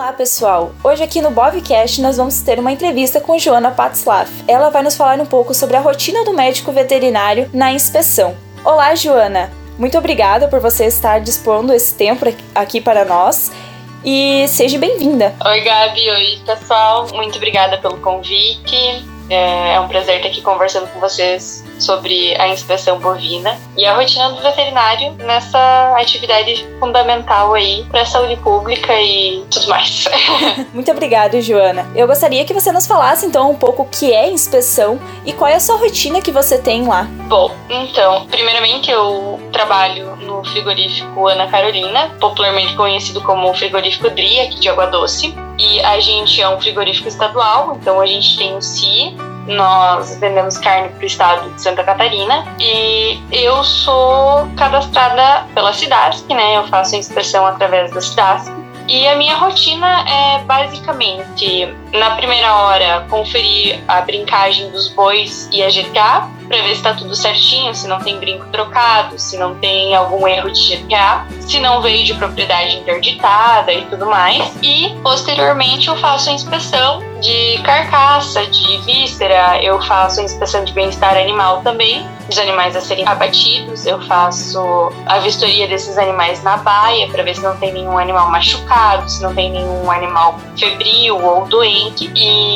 Olá pessoal, hoje aqui no Bovcast nós vamos ter uma entrevista com Joana Patzlaff. Ela vai nos falar um pouco sobre a rotina do médico veterinário na inspeção. Olá Joana, muito obrigada por você estar dispondo esse tempo aqui para nós e seja bem-vinda. Oi Gabi, oi pessoal, muito obrigada pelo convite. É um prazer estar aqui conversando com vocês sobre a inspeção bovina e a rotina do veterinário nessa atividade fundamental aí para a saúde pública e tudo mais. Muito obrigada, Joana. Eu gostaria que você nos falasse então um pouco o que é inspeção e qual é a sua rotina que você tem lá. Bom, então, primeiramente eu trabalho no frigorífico Ana Carolina, popularmente conhecido como frigorífico DRI, aqui de Água Doce. E a gente é um frigorífico estadual, então a gente tem o CIE, nós vendemos carne para o estado de Santa Catarina e eu sou cadastrada pela SIDASC, né? Eu faço a inspeção através da SIDASC. E a minha rotina é basicamente, na primeira hora, conferir a brincagem dos bois e a GTA, para ver se está tudo certinho, se não tem brinco trocado, se não tem algum erro de GTA, se não veio de propriedade interditada e tudo mais. E, posteriormente, eu faço a inspeção de carcaça, de víscera, eu faço a inspeção de bem-estar animal também, dos animais a serem abatidos, eu faço a vistoria desses animais na baia, para ver se não tem nenhum animal machucado, se não tem nenhum animal febril ou doente.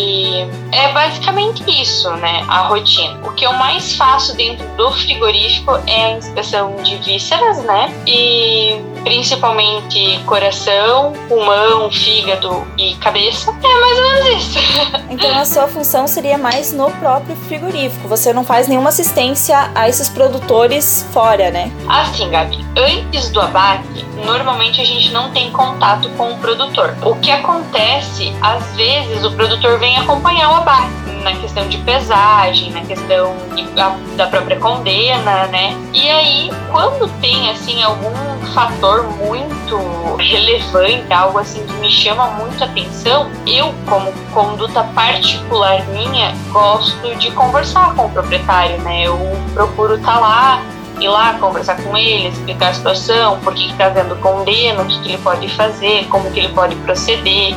E é basicamente isso, né, a rotina. O que eu mais faço dentro do frigorífico é a inspeção de vísceras, né? E principalmente coração, pulmão, fígado e cabeça. É mais ou menos isso. Então a sua função seria mais no próprio frigorífico. Você não faz nenhuma assistência a esses produtores fora, né? Assim, Gabi, antes do abate, normalmente a gente não tem contato com o produtor. O que acontece, às vezes o produtor vem acompanhar o abate, na questão de pesagem, na questão da própria condena, né? E aí, quando tem, assim, algum fator muito relevante, algo assim que me chama muito a atenção, eu, como conduta particular minha, gosto de conversar com o proprietário, né? Eu procuro estar lá, ir lá conversar com ele, explicar a situação, por que está havendo condena, o que ele pode fazer, como que ele pode proceder,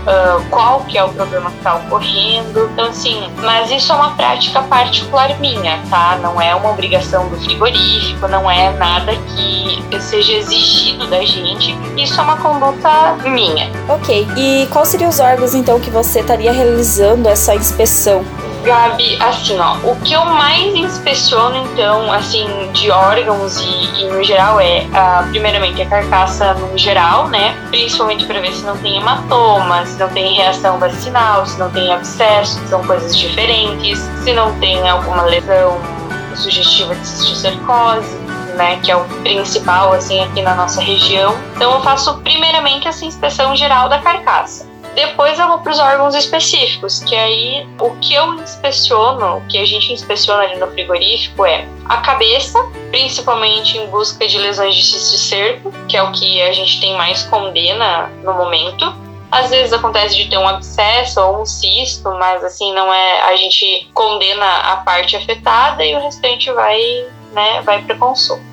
qual que é o problema que está ocorrendo. Então, assim, mas isso é uma prática particular minha, tá? Não é uma obrigação do frigorífico, não é nada que seja exigido da gente. Isso é uma conduta minha. Ok. E quais seriam os órgãos, então, que você estaria realizando essa inspeção? Gabi, assim, ó, o que eu mais inspeciono, então, assim, de órgãos e no geral primeiramente, a carcaça no geral, né, principalmente para ver se não tem hematoma, se não tem reação vacinal, se não tem abscesso, que são coisas diferentes, se não tem alguma lesão sugestiva de cisticercose, né, que é o principal, assim, aqui na nossa região. Então, eu faço primeiramente essa inspeção geral da carcaça. Depois eu vou para os órgãos específicos, que aí o que eu inspeciono, o que a gente inspeciona ali no frigorífico é a cabeça, principalmente em busca de lesões de cisticerco, que é o que a gente tem mais condena no momento. Às vezes acontece de ter um abscesso ou um cisto, mas assim, não é, a gente condena a parte afetada e o restante vai para consulta.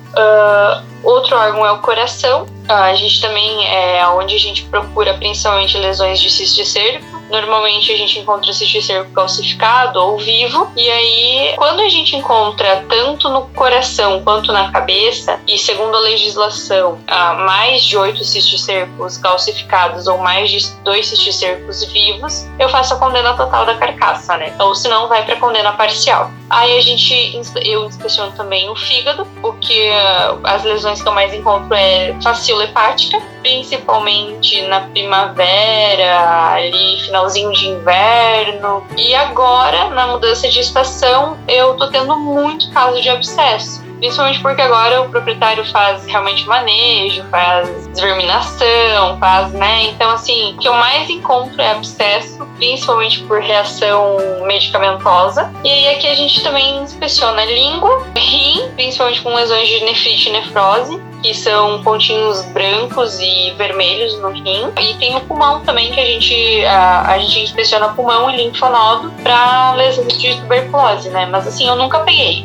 Outro órgão é o coração. A gente também é onde a gente procura principalmente lesões de cisticerco. Normalmente a gente encontra cisticerco calcificado ou vivo. E aí, quando a gente encontra tanto no coração quanto na cabeça, e segundo a legislação, mais de 8 cisticercos calcificados ou mais de 2 cisticercos vivos, eu faço a condena total da carcaça, né? Ou senão vai para condena parcial. Aí eu inspeciono também o fígado, porque as lesões que eu mais encontro é fascícula hepática, principalmente na primavera, ali finalzinho de inverno. E agora, na mudança de estação, eu tô tendo muito caso de abscesso. Principalmente porque agora o proprietário faz realmente manejo, faz desverminação, né? Então, assim, o que eu mais encontro é abscesso, principalmente por reação medicamentosa. E aí aqui a gente também inspeciona língua, rim, principalmente com lesões de nefrite e nefrose. que são pontinhos brancos e vermelhos no rim. E tem o pulmão também, que a gente inspeciona pulmão e linfonodo para lesão de tuberculose, né? Mas assim, eu nunca peguei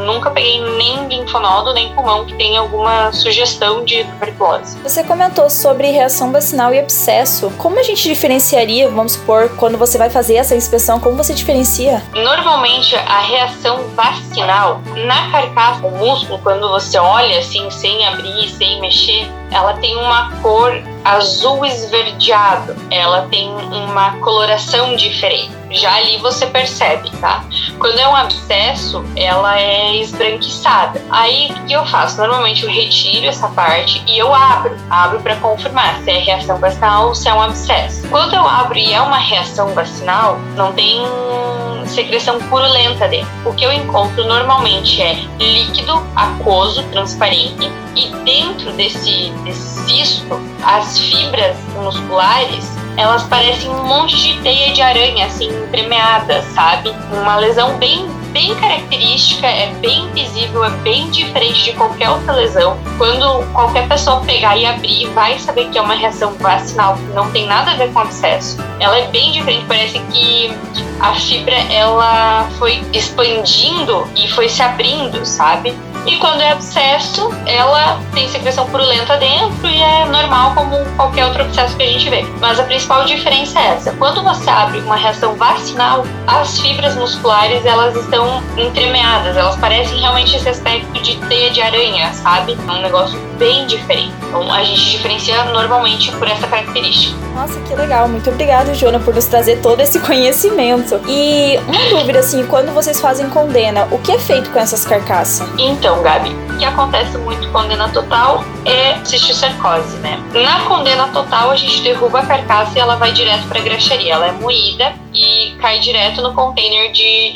nem linfonodo, nem pulmão que tenha alguma sugestão de tuberculose. Você comentou sobre reação vacinal e abscesso. Como a gente diferenciaria, vamos supor, quando você vai fazer essa inspeção, como você diferencia? Normalmente, a reação vacinal na carcaça, o músculo, quando você olha assim, sem abrir, sem mexer, ela tem uma cor azul esverdeado, ela tem uma coloração diferente. Já ali você percebe, tá? Quando é um abscesso, ela é esbranquiçada. Aí, o que eu faço? Normalmente eu retiro essa parte e eu abro para confirmar se é reação vacinal ou se é um abscesso. Quando eu abro e é uma reação vacinal, não tem secreção purulenta dentro. O que eu encontro normalmente é líquido aquoso, transparente, e dentro desse cisto, as fibras musculares, elas parecem um monte de teia de aranha, assim, entremeada, sabe? Uma lesão bem característica, é bem visível, é bem diferente de qualquer outra lesão. Quando qualquer pessoa pegar e abrir, vai saber que é uma reação vacinal, que não tem nada a ver com abscesso. Ela é bem diferente, parece que a fibra, ela foi expandindo e foi se abrindo, sabe? E quando é abscesso, ela tem secreção purulenta dentro e é normal como qualquer outro abscesso que a gente vê. Mas a principal diferença é essa. Quando você abre uma reação vacinal, as fibras musculares, elas estão entremeadas. Elas parecem realmente esse aspecto de teia de aranha, sabe? É um negócio bem diferente. Então, a gente diferencia normalmente por essa característica. Nossa, que legal. Muito obrigada, Joana, por nos trazer todo esse conhecimento. E uma dúvida, assim, quando vocês fazem condena, o que é feito com essas carcaças? Então, Gabi, o que acontece muito com condena total é cisticercose, né? Na condena total, a gente derruba a carcaça e ela vai direto para a graxaria. Ela é moída e cai direto no container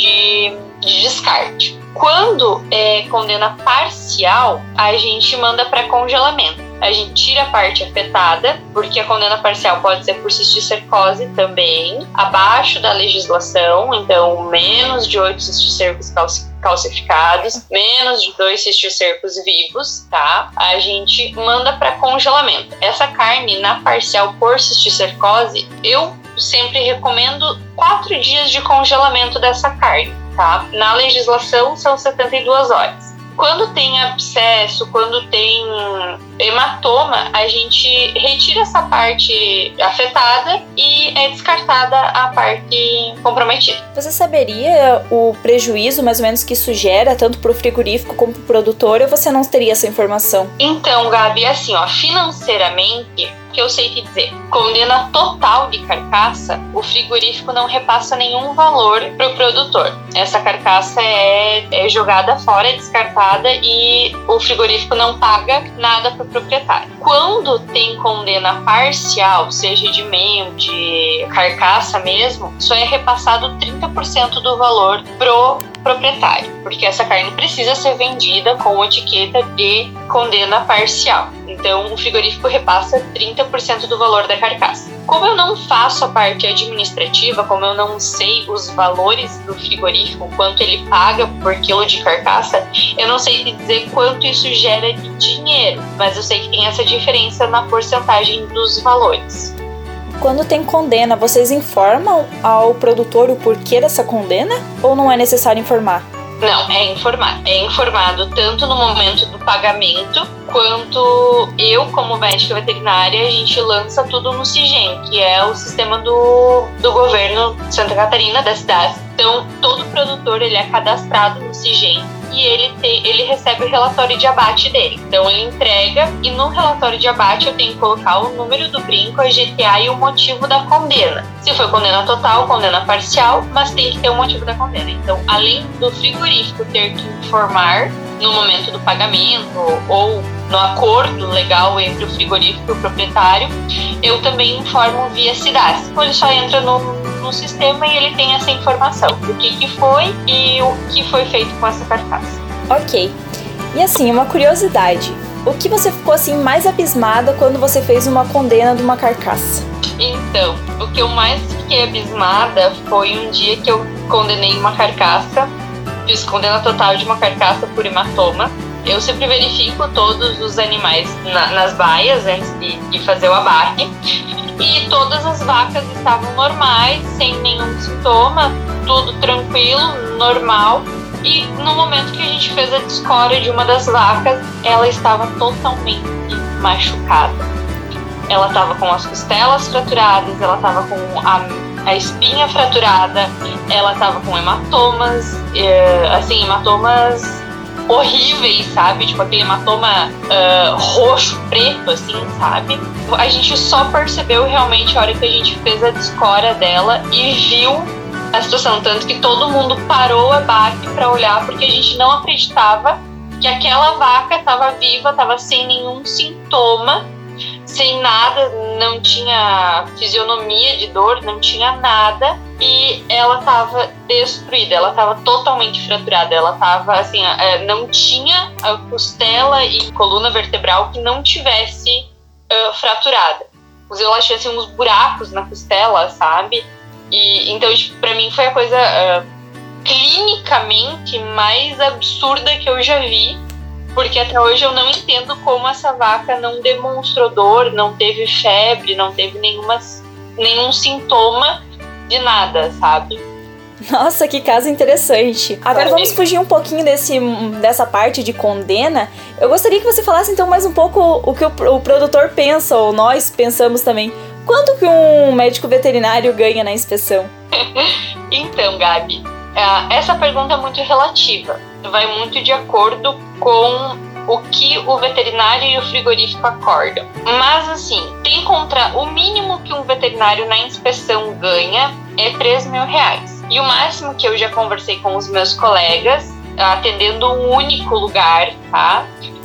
de descarte. Quando é condena parcial, a gente manda para congelamento. A gente tira a parte afetada, porque a condena parcial pode ser por cisticercose também, abaixo da legislação, então menos de 8 cisticercos calcificados, menos de 2 cisticercos vivos, tá? A gente manda para congelamento. Essa carne na parcial por cisticercose, eu sempre recomendo 4 dias de congelamento dessa carne, tá? Na legislação são 72 horas. Quando tem abscesso, quando tem hematoma, a gente retira essa parte afetada e é descartada a parte comprometida. Você saberia o prejuízo, mais ou menos, que isso gera, tanto para o frigorífico como para o produtor, ou você não teria essa informação? Então, Gabi, assim, financeiramente, o que eu sei te dizer, condena total de carcaça, o frigorífico não repassa nenhum valor para o produtor. Essa carcaça é jogada fora, é descartada e o frigorífico não paga nada para o proprietário. Quando tem condena parcial, seja de meio, de carcaça mesmo, só é repassado 30% do valor pro proprietário, porque essa carne precisa ser vendida com etiqueta de condena parcial. Então, o frigorífico repassa 30% do valor da carcaça. Como eu não faço a parte administrativa, como eu não sei os valores do frigorífico, quanto ele paga por quilo de carcaça, eu não sei te dizer quanto isso gera de dinheiro, mas eu sei que tem essa diferença na porcentagem dos valores. Quando tem condena, vocês informam ao produtor o porquê dessa condena? Ou não é necessário informar? Não, é informar. É informado tanto no momento do pagamento, quanto eu, como médica veterinária, a gente lança tudo no CIGEM, que é o sistema do governo de Santa Catarina, da cidade. Então, todo produtor ele é cadastrado no CIGEM e ele recebe o relatório de abate dele. Então, ele entrega e no relatório de abate eu tenho que colocar o número do brinco, a GTA e o motivo da condena. Se foi condena total, condena parcial, mas tem que ter o motivo da condena. Então, além do frigorífico ter que informar no momento do pagamento ou no acordo legal entre o frigorífico e o proprietário, eu também informo via CIDAS. Então, ele só entra no sistema e ele tem essa informação do que foi e o que foi feito com essa carcaça. Ok. E assim, uma curiosidade. O que você ficou assim mais abismada quando você fez uma condena de uma carcaça? Então, o que eu mais fiquei abismada foi um dia que eu condenei uma carcaça, fiz condena total de uma carcaça por hematoma. Eu sempre verifico todos os animais nas baias antes de fazer o abate. E todas as vacas estavam normais, sem nenhum sintoma, tudo tranquilo, normal. E no momento que a gente fez a descora de uma das vacas, ela estava totalmente machucada. Ela estava com as costelas fraturadas, ela estava com a espinha fraturada, ela estava com hematomas, hematomas horríveis, sabe? Tipo aquele hematoma roxo, preto, assim, sabe? A gente só percebeu realmente a hora que a gente fez a descora dela e viu a situação, tanto que todo mundo parou o abate para olhar, porque a gente não acreditava que aquela vaca estava viva, estava sem nenhum sintoma, sem nada, não tinha fisionomia de dor, não tinha nada, e ela estava destruída, ela estava totalmente fraturada, ela estava assim, não tinha a costela e coluna vertebral que não tivesse fraturada. Ela tinha assim, uns buracos na costela, sabe? E então, pra mim, foi a coisa clinicamente mais absurda que eu já vi, porque até hoje eu não entendo como essa vaca não demonstrou dor, não teve febre, não teve nenhum sintoma de nada, sabe? Nossa, que caso interessante. Agora vamos fugir um pouquinho dessa parte de condena. Eu gostaria que você falasse então mais um pouco o que o produtor pensa, ou nós pensamos também. Quanto que um médico veterinário ganha na inspeção? Então, Gabi, essa pergunta é muito relativa. Vai muito de acordo com o que o veterinário e o frigorífico acordam. Mas, assim, o mínimo que um veterinário na inspeção ganha é R$3.000. E o máximo que eu já conversei com os meus colegas, atendendo um único lugar, tá?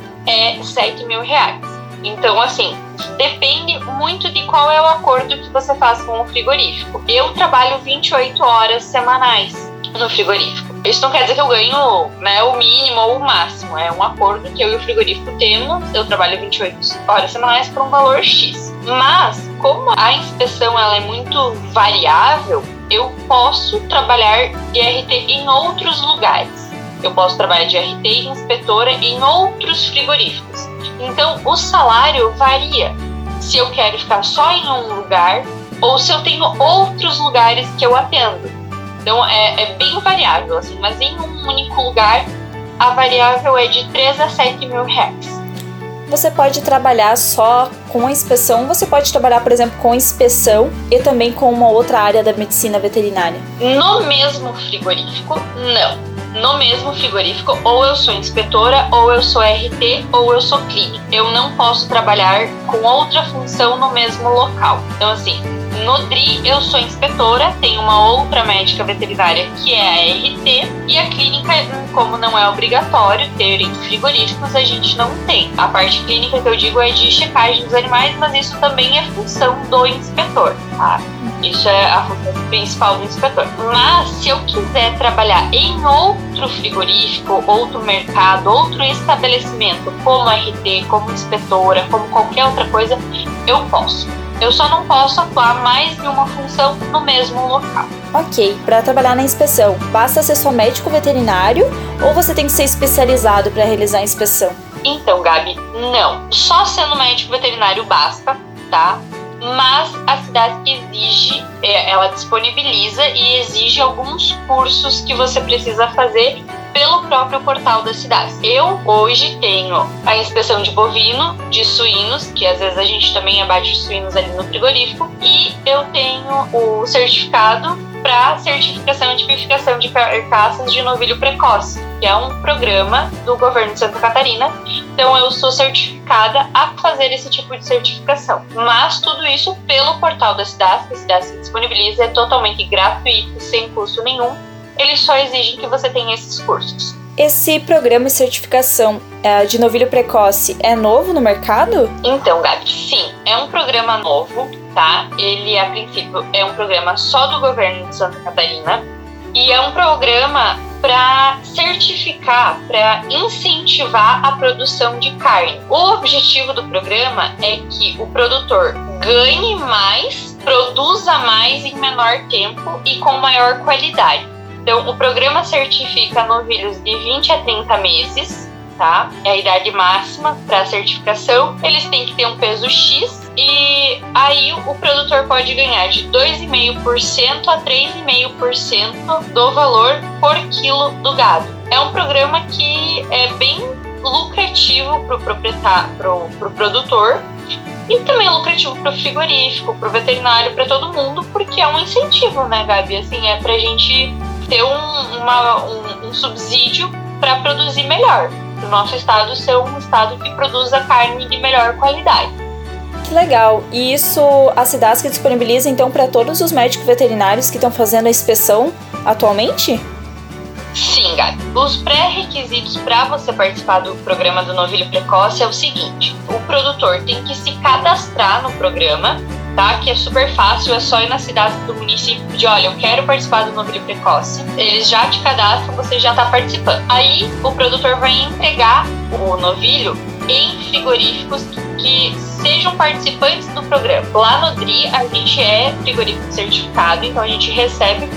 É R$7.000. Então, assim, depende muito de qual é o acordo que você faz com o frigorífico. Eu trabalho 28 horas semanais no frigorífico. Isso não quer dizer que eu ganho, né, o mínimo ou o máximo. É um acordo que eu e o frigorífico temos. Eu trabalho 28 horas semanais por um valor X. Mas, como a inspeção ela é muito variável, eu posso trabalhar de RT em outros lugares. Eu posso trabalhar de RT e inspetora em outros frigoríficos. Então, o salário varia. Se eu quero ficar só em um lugar ou se eu tenho outros lugares que eu atendo. Então, é bem variável, assim, mas em um único lugar, a variável é de R$3.000 a R$7.000. Você pode trabalhar só com a inspeção, você pode trabalhar, por exemplo, com inspeção e também com uma outra área da medicina veterinária? No mesmo frigorífico, não. No mesmo frigorífico, ou eu sou inspetora, ou eu sou RT, ou eu sou clínica. Eu não posso trabalhar com outra função no mesmo local. Então, assim, no DRI eu sou inspetora, tem uma outra médica veterinária que é a RT, e a clínica, como não é obrigatório ter em frigoríficos, a gente não tem. A parte clínica que eu digo é de checagem dos animais, mas isso também é função do inspetor, tá? Isso é a função principal do inspetor. Mas se eu quiser trabalhar em outro frigorífico, outro mercado, outro estabelecimento, como RT, como inspetora, como qualquer outra coisa, eu posso. Eu só não posso atuar mais de uma função no mesmo local. Ok, para trabalhar na inspeção, basta ser só médico veterinário ou você tem que ser especializado para realizar a inspeção? Então, Gabi, não. Só sendo médico veterinário basta, tá? Mas a cidade exige, ela disponibiliza e exige alguns cursos que você precisa fazer pelo próprio portal da cidade. Eu hoje tenho a inspeção de bovino, de suínos, que às vezes a gente também abate suínos ali no frigorífico, e eu tenho o certificado para certificação e tipificação de carcaças de novilho precoce, que é um programa do governo de Santa Catarina. Então eu sou certificada a fazer esse tipo de certificação. Mas tudo isso pelo portal da cidade, que a cidade se disponibiliza, é totalmente gratuito, sem custo nenhum. Eles só exigem que você tenha esses cursos. Esse programa de certificação de novilho precoce é novo no mercado? Então, Gabi, sim, é um programa novo, tá? Ele, a princípio, é um programa só do governo de Santa Catarina e é um programa para certificar, para incentivar a produção de carne. O objetivo do programa é que o produtor ganhe mais, produza mais em menor tempo e com maior qualidade. Então, o programa certifica novilhos de 20 a 30 meses tá? É a idade máxima para certificação. Eles têm que ter um peso X e aí o produtor pode ganhar de 2,5% a 3,5% do valor por quilo do gado. É um programa que é bem lucrativo para o proprietário, para o produtor, e também é lucrativo para o frigorífico, para o veterinário, para todo mundo, porque é um incentivo, né, Gabi? Assim, é para a gente ter um subsídio para produzir melhor, para o nosso estado ser um estado que produza carne de melhor qualidade. Que legal! E isso a SIDASC disponibiliza então para todos os médicos veterinários que estão fazendo a inspeção atualmente? Sim, Gabi. Os pré-requisitos para você participar do programa do novilho precoce é o seguinte: o produtor tem que se cadastrar no programa, tá? Que é super fácil, é só ir na cidade do município e pedir, olha, eu quero participar do novilho precoce. Eles já te cadastram, você já está participando. Aí o produtor vai entregar o novilho em frigoríficos que sejam participantes do programa. Lá no DRI, a gente é frigorífico certificado, então a gente recebe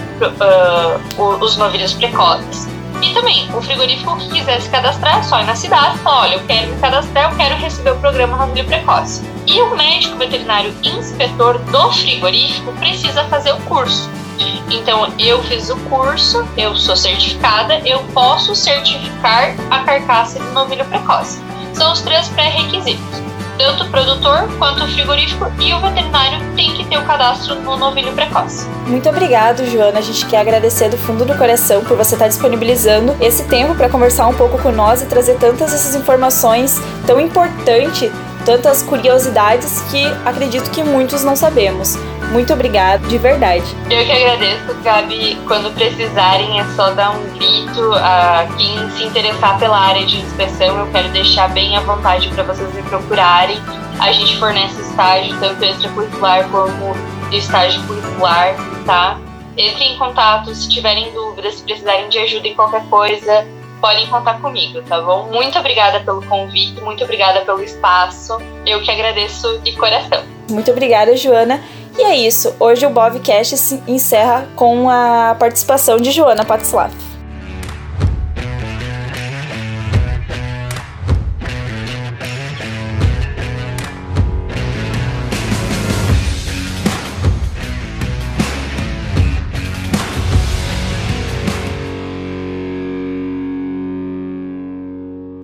os novilhos precoces. E também, o frigorífico que quiser se cadastrar é só ir na cidade e falar, olha, eu quero me cadastrar, eu quero receber o programa novilho precoce. E o médico veterinário inspetor do frigorífico precisa fazer o curso. Então, eu fiz o curso, eu sou certificada, eu posso certificar a carcaça de novilho precoce. São os 3 pré-requisitos. Tanto o produtor quanto o frigorífico e o veterinário tem que ter o cadastro no novilho precoce. Muito obrigado, Joana. A gente quer agradecer do fundo do coração por você estar disponibilizando esse tempo para conversar um pouco com nós e trazer tantas essas informações tão importantes, tantas curiosidades que acredito que muitos não sabemos. Muito obrigada, de verdade. Eu que agradeço, Gabi. Quando precisarem, é só dar um grito. Quem se interessar pela área de inspeção, eu quero deixar bem à vontade para vocês me procurarem. A gente fornece estágio, tanto extracurricular como estágio curricular, tá? Entrem em contato se tiverem dúvidas, se precisarem de ajuda em qualquer coisa, podem contar comigo, tá bom? Muito obrigada pelo convite, muito obrigada pelo espaço. Eu que agradeço de coração. Muito obrigada, Joana. E é isso. Hoje o Bovcast se encerra com a participação de Joana Patzlaff.